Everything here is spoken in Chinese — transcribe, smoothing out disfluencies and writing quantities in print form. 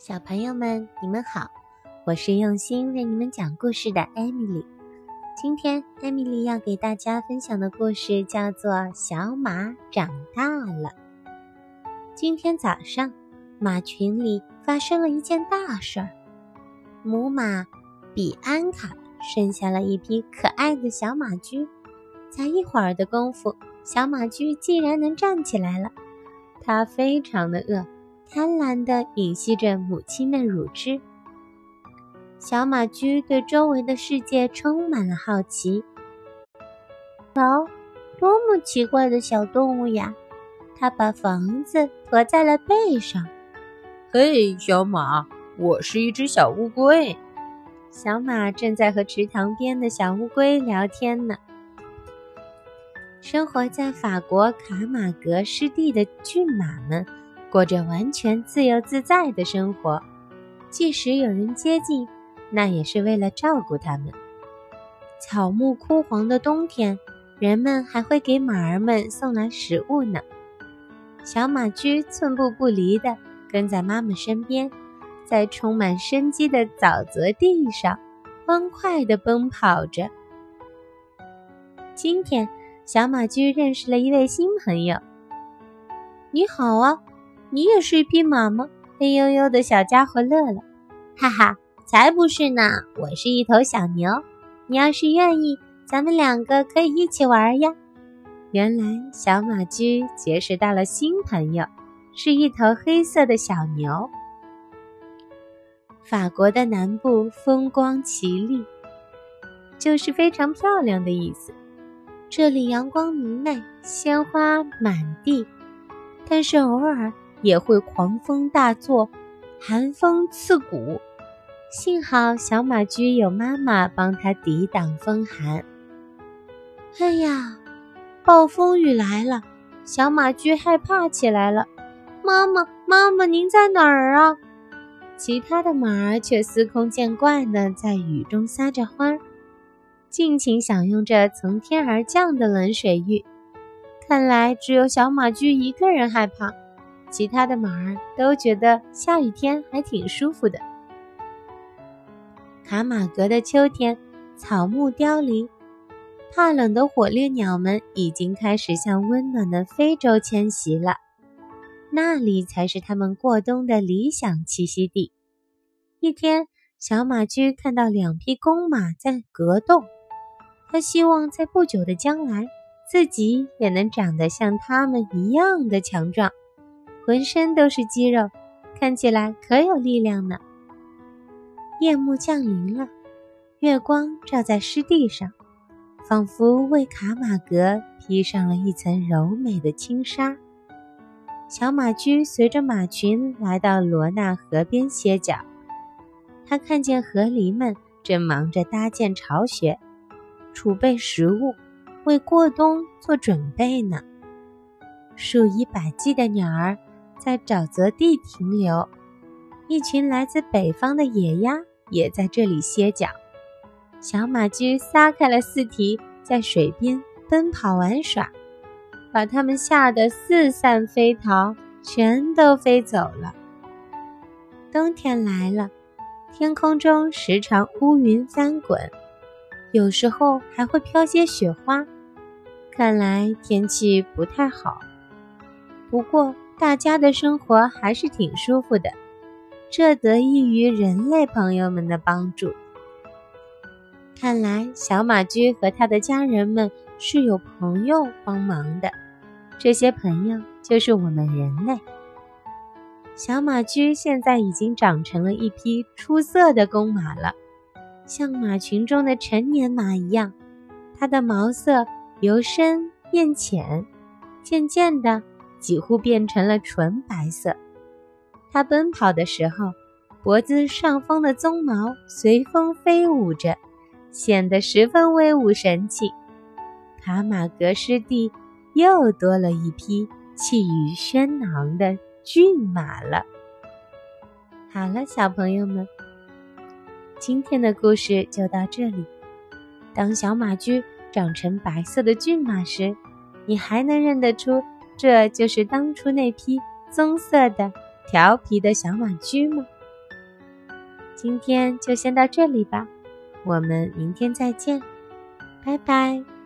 小朋友们，你们好，我是用心为你们讲故事的艾米丽。今天艾米丽要给大家分享的故事叫做《小马长大了》。今天早上，马群里发生了一件大事儿，母马比安卡生下了一匹可爱的小马驹。才一会儿的功夫，小马驹竟然能站起来了。它非常的饿，贪婪地吮吸着母亲的乳汁。小马驹对周围的世界充满了好奇。瞧，多么奇怪的小动物呀！它把房子驮在了背上。 嘿，小马，我是一只小乌龟。 小马正在和池塘边的小乌龟聊天呢。生活在法国卡马格湿地的骏马们过着完全自由自在的生活，即使有人接近，那也是为了照顾它们。草木枯黄的冬天，人们还会给马儿们送来食物呢。小马驹寸步不离地跟在妈妈身边，在充满生机的沼泽地上欢快地奔跑着。今天，小马驹认识了一位新朋友。你好啊，你也是一匹马吗？黑黝黝的小家伙乐了。哈哈，才不是呢，我是一头小牛。你要是愿意，咱们两个可以一起玩呀。原来小马驹结识到了新朋友，是一头黑色的小牛。法国的南部风光绮丽，就是非常漂亮的意思。这里阳光明媚，鲜花满地，但是偶尔也会狂风大作，寒风刺骨。幸好小马驹有妈妈帮他抵挡风寒。哎呀，暴风雨来了，小马驹害怕起来了。妈妈，妈妈，您在哪儿啊？其他的马儿却司空见惯地在雨中撒着欢，尽情享用着从天而降的冷水浴。看来只有小马驹一个人害怕，其他的马儿都觉得下雨天还挺舒服的。卡马格的秋天，草木凋零，怕冷的火烈鸟们已经开始向温暖的非洲迁徙了，那里才是它们过冬的理想栖息地。一天，小马驹看到2匹公马在格斗，他希望在不久的将来，自己也能长得像它们一样的强壮，浑身都是肌肉，看起来可有力量呢。夜幕降临了，月光照在湿地上，仿佛为卡马格披上了一层柔美的轻纱。小马驹随着马群来到罗纳河边歇脚，他看见河狸们正忙着搭建巢穴，储备食物，为过冬做准备呢。数以百计的鸟儿在沼泽地停留，一群来自北方的野鸭也在这里歇脚。小马驹撒开了四蹄，在水边奔跑玩耍，把它们吓得四散飞逃，全都飞走了。冬天来了，天空中时常乌云翻滚，有时候还会飘些雪花，看来天气不太好。不过大家的生活还是挺舒服的，这得益于人类朋友们的帮助。看来小马驹和他的家人们是有朋友帮忙的，这些朋友就是我们人类。小马驹现在已经长成了一匹出色的公马了，像马群中的成年马一样，它的毛色由深变浅，渐渐的几乎变成了纯白色。它奔跑的时候，脖子上方的鬃毛随风飞舞着，显得十分威武神气。卡马格湿地又多了一匹气宇轩昂的骏马了。好了，小朋友们，今天的故事就到这里。当小马驹长成白色的骏马时，你还能认得出这就是当初那匹棕色的调皮的小马驹吗？ 今天就先到这里吧，我们明天再见，拜拜。